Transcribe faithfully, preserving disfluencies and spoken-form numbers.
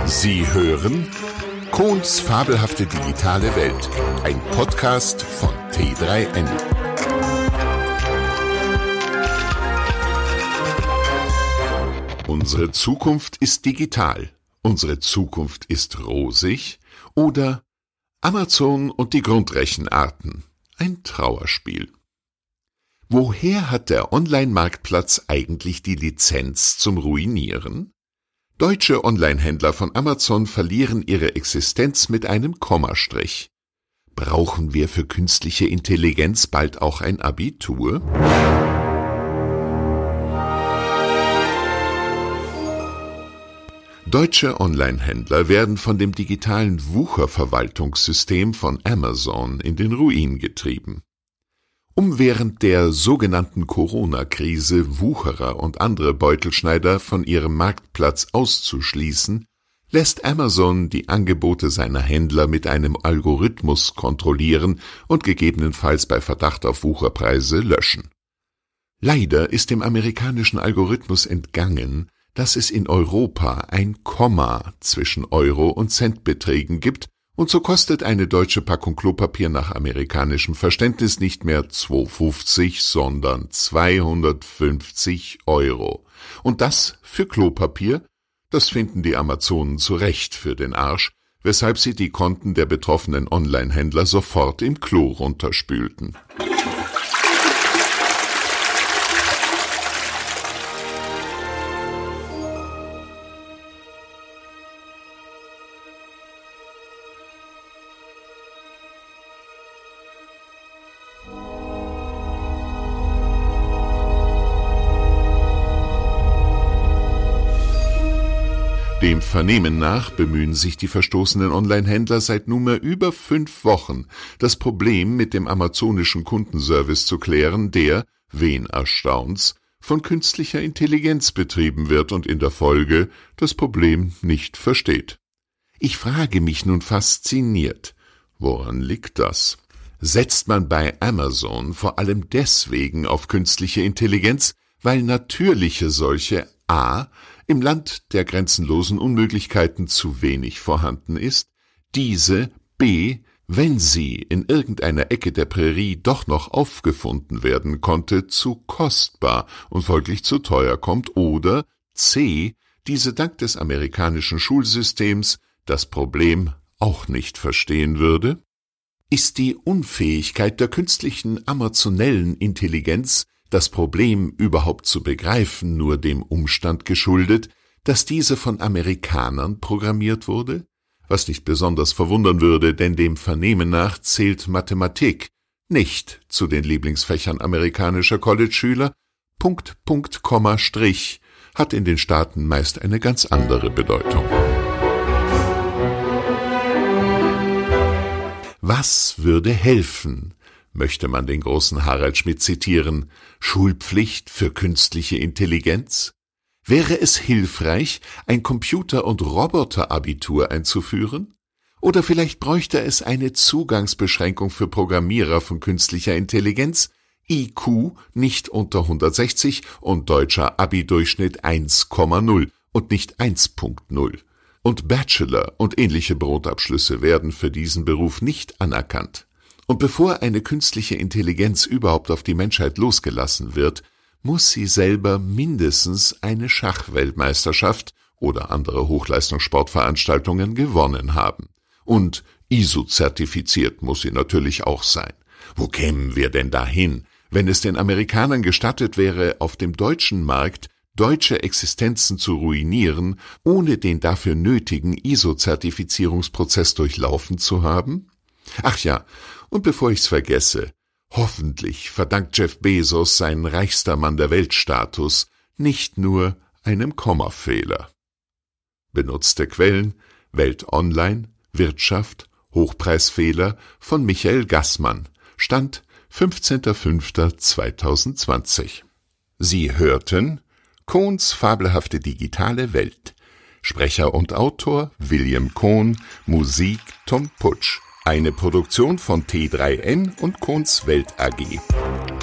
Sie hören Kohns fabelhafte digitale Welt, ein Podcast von T drei N. Unsere Zukunft ist digital, unsere Zukunft ist rosig oder Amazon und die Grundrechenarten, ein Trauerspiel. Woher hat der Online-Marktplatz eigentlich die Lizenz zum Ruinieren? Deutsche Online-Händler von Amazon verlieren ihre Existenz mit einem Kommastrich. Brauchen wir für künstliche Intelligenz bald auch ein Abitur? Deutsche Online-Händler werden von dem digitalen Wucherverwaltungssystem von Amazon in den Ruin getrieben. Um während der sogenannten Corona-Krise Wucherer und andere Beutelschneider von ihrem Marktplatz auszuschließen, lässt Amazon die Angebote seiner Händler mit einem Algorithmus kontrollieren und gegebenenfalls bei Verdacht auf Wucherpreise löschen. Leider ist dem amerikanischen Algorithmus entgangen, dass es in Europa ein Komma zwischen Euro- und Centbeträgen gibt, und so kostet eine deutsche Packung Klopapier nach amerikanischem Verständnis nicht mehr zwei fünfzig, sondern zweihundertfünfzig Euro. Und das für Klopapier? Das finden die Amazonen zu Recht für den Arsch, weshalb sie die Konten der betroffenen Online-Händler sofort im Klo runterspülten. Dem Vernehmen nach bemühen sich die verstoßenen Online-Händler seit nunmehr über fünf Wochen, das Problem mit dem amazonischen Kundenservice zu klären, der, wen erstaunt's, von künstlicher Intelligenz betrieben wird und in der Folge das Problem nicht versteht. Ich frage mich nun fasziniert, woran liegt das? Setzt man bei Amazon vor allem deswegen auf künstliche Intelligenz, weil natürliche solche a. im Land der grenzenlosen Unmöglichkeiten zu wenig vorhanden ist, diese b. wenn sie in irgendeiner Ecke der Prärie doch noch aufgefunden werden konnte, zu kostbar und folglich zu teuer kommt, oder c. diese dank des amerikanischen Schulsystems das Problem auch nicht verstehen würde? Ist die Unfähigkeit der künstlichen amazonellen Intelligenz, das Problem überhaupt zu begreifen, nur dem Umstand geschuldet, dass diese von Amerikanern programmiert wurde? Was nicht besonders verwundern würde, denn dem Vernehmen nach zählt Mathematik nicht zu den Lieblingsfächern amerikanischer College-Schüler. Punkt, Punkt, Komma, Strich hat in den Staaten meist eine ganz andere Bedeutung. Was würde helfen? Möchte man den großen Harald Schmidt zitieren, Schulpflicht für künstliche Intelligenz? Wäre es hilfreich, ein Computer- und Roboterabitur einzuführen? Oder vielleicht bräuchte es eine Zugangsbeschränkung für Programmierer von künstlicher Intelligenz, I Q nicht unter hundertsechzig und deutscher Abi-Durchschnitt eins Komma null und nicht eins Punkt null. Und Bachelor und ähnliche Brotabschlüsse werden für diesen Beruf nicht anerkannt. Und bevor eine künstliche Intelligenz überhaupt auf die Menschheit losgelassen wird, muss sie selber mindestens eine Schachweltmeisterschaft oder andere Hochleistungssportveranstaltungen gewonnen haben. Und I S O-zertifiziert muss sie natürlich auch sein. Wo kämen wir denn dahin, wenn es den Amerikanern gestattet wäre, auf dem deutschen Markt deutsche Existenzen zu ruinieren, ohne den dafür nötigen I S O-Zertifizierungsprozess durchlaufen zu haben? Ach ja, und bevor ich's vergesse, hoffentlich verdankt Jeff Bezos seinen reichster Mann der Welt-Status nicht nur einem Kommafehler. Benutzte Quellen: Welt Online, Wirtschaft, Hochpreisfehler von Michael Gassmann, Stand fünfzehnter fünfter zweitausendzwanzig. Sie hörten Kohns fabelhafte digitale Welt. Sprecher und Autor William Kohn, Musik Tom Putsch. Eine Produktion von T drei N und Kohns Welt A G.